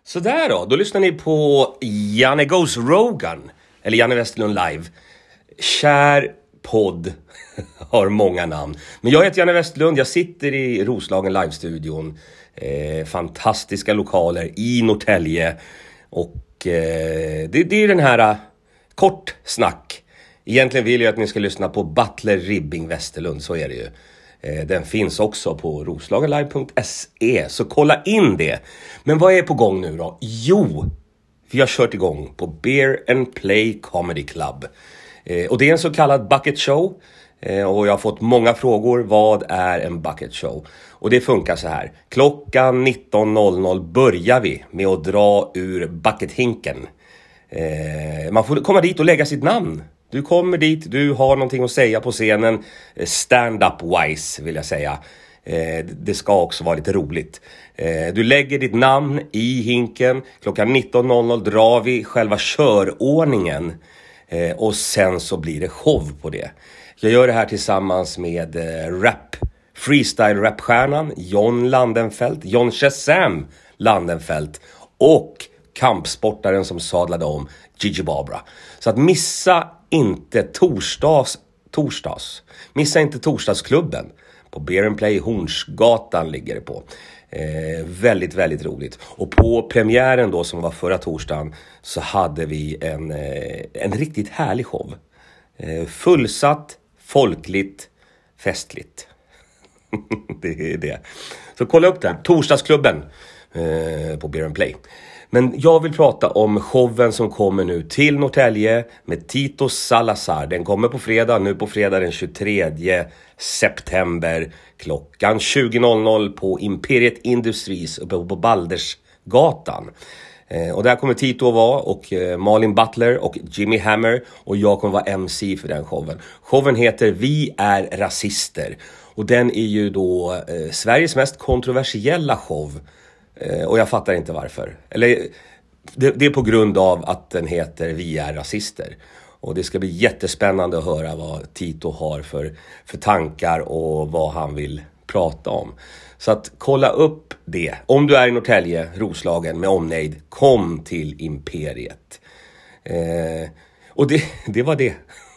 Sådär då lyssnar ni på Janne Goes Rogan, eller Janne Westerlund live. Kär podd har många namn. Men jag heter Janne Westerlund, jag sitter i Roslagen live-studion. Fantastiska lokaler i Norrtälje. Och det är den här kort snack. Egentligen vill jag att ni ska lyssna på Butler Ribbing Westerlund, så är det ju. Den finns också på roslagenlive.se, så kolla in det. Men vad är på gång nu då? Jo, vi har kört igång på Beer and Play Comedy Club. Och det är en så kallad bucket show. Och jag har fått många frågor. Vad är en bucket show? Och det funkar så här. Klockan 19.00 börjar vi med att dra ur buckethinken. Man får komma dit och lägga sitt namn. Du kommer dit, du har någonting att säga på scenen. Stand-up-wise vill jag säga. Det ska också vara lite roligt. Du lägger ditt namn i hinken. Klockan 19.00 drar vi själva körordningen. Och sen så blir det show på det. Jag gör det här tillsammans med freestyle-rapstjärnan John Landenfelt, John Shazam Landenfelt och kampsportaren som sadlade om, Gigi Barbara. Så att missa inte Missa inte torsdagsklubben på Beer and Play Hornsgatan ligger det på. Väldigt, väldigt roligt. Och på premiären då som var förra torsdagen så hade vi en riktigt härlig show. Fullsatt, folkligt, festligt. Det är det. Så kolla upp den. Torsdagsklubben på Beer and Play. Men jag vill prata om showen som kommer nu till Norrtälje med Tito Salazar. Den kommer på fredag, nu på fredag den 23 september klockan 20.00 på Imperiet Industries uppe på Baldersgatan. Och där kommer Tito att vara och Malin Butler och Jimmy Hammer och jag kommer vara MC för den showen. Showen heter Vi är rasister och den är ju då Sveriges mest kontroversiella show. Och jag fattar inte varför. Eller det är på grund av att den heter Vi är rasister. Och det ska bli jättespännande att höra vad Tito har för tankar och vad han vill prata om. Så att kolla upp det. Om du är i Norrtälje, Roslagen med omnejd, kom till Imperiet. Och det var det.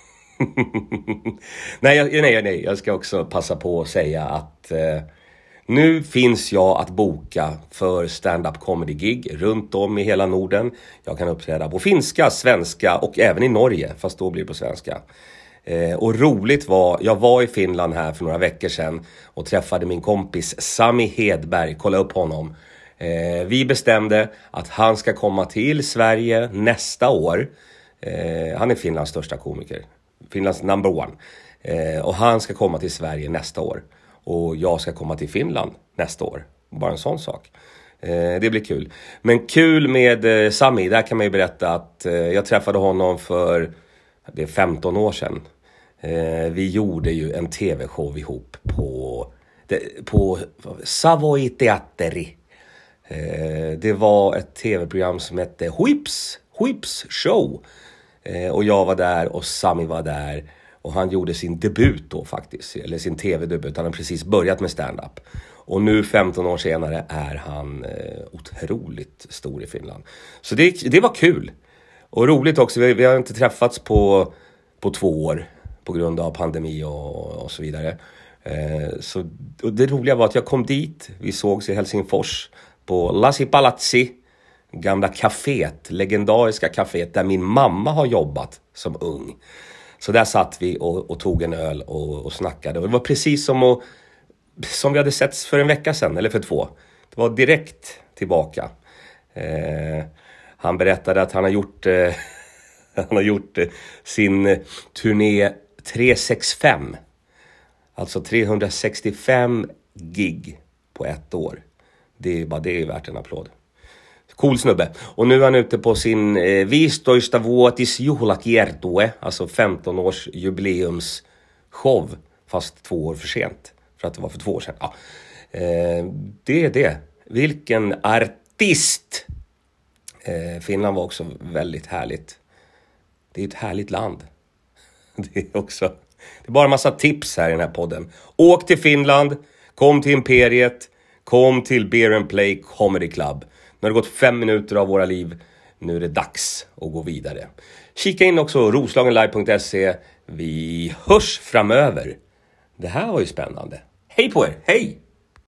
Nej, jag ska också passa på att säga att nu finns jag att boka för stand-up comedy-gig runt om i hela Norden. Jag kan uppträda på finska, svenska och även i Norge, fast då blir det på svenska. Och roligt var, jag var i Finland här för några veckor sedan och träffade min kompis Sami Hedberg, kolla upp honom. Vi bestämde att han ska komma till Sverige nästa år. Han är Finlands största komiker, Finlands number one. Och han ska komma till Sverige nästa år. Och jag ska komma till Finland nästa år. Bara en sån sak. Det blir kul. Men kul med Sami, där kan man ju berätta att jag träffade honom för 15 år sedan. Vi gjorde ju en tv-show ihop på Savoy Teatteri. Det var ett tv-program som hette Whips Show. Och jag var där och Sami var där. Och han gjorde sin debut då faktiskt. Eller sin tv-debut. Han har precis börjat med stand-up. Och nu 15 år senare är han otroligt stor i Finland. Så det var kul. Och roligt också. Vi har inte träffats på 2 år. På grund av pandemi och så vidare. Och det roliga var att jag kom dit. Vi sågs i Helsingfors. På Lassi Palazzi. Gamla kaféet. Legendariska kaféet. Där min mamma har jobbat som ung. Så där satt vi och tog en öl och snackade. Och det var precis som vi hade sett för en vecka sedan. Eller för 2. Det var direkt tillbaka. Han berättade att han har gjort sin turné 365. Alltså 365 gig på ett år. Det är värt en applåd. Cool snubbe. Och nu är han ute på sin 15-vuotis juhlakiertue, alltså 15 års jubileumsshow, fast 2 år för sent. För att det var för 2 år sedan. Ja. Det är det. Vilken artist! Finland var också väldigt härligt. Det är ett härligt land. Det är bara en massa tips här i den här podden. Åk till Finland, kom till Imperiet, kom till Beer and Play Comedy Club. Nu har det gått 5 minuter av våra liv. Nu är det dags att gå vidare. Kika in också roslagenlive.se. Vi hörs framöver. Det här var ju spännande. Hej på er, hej!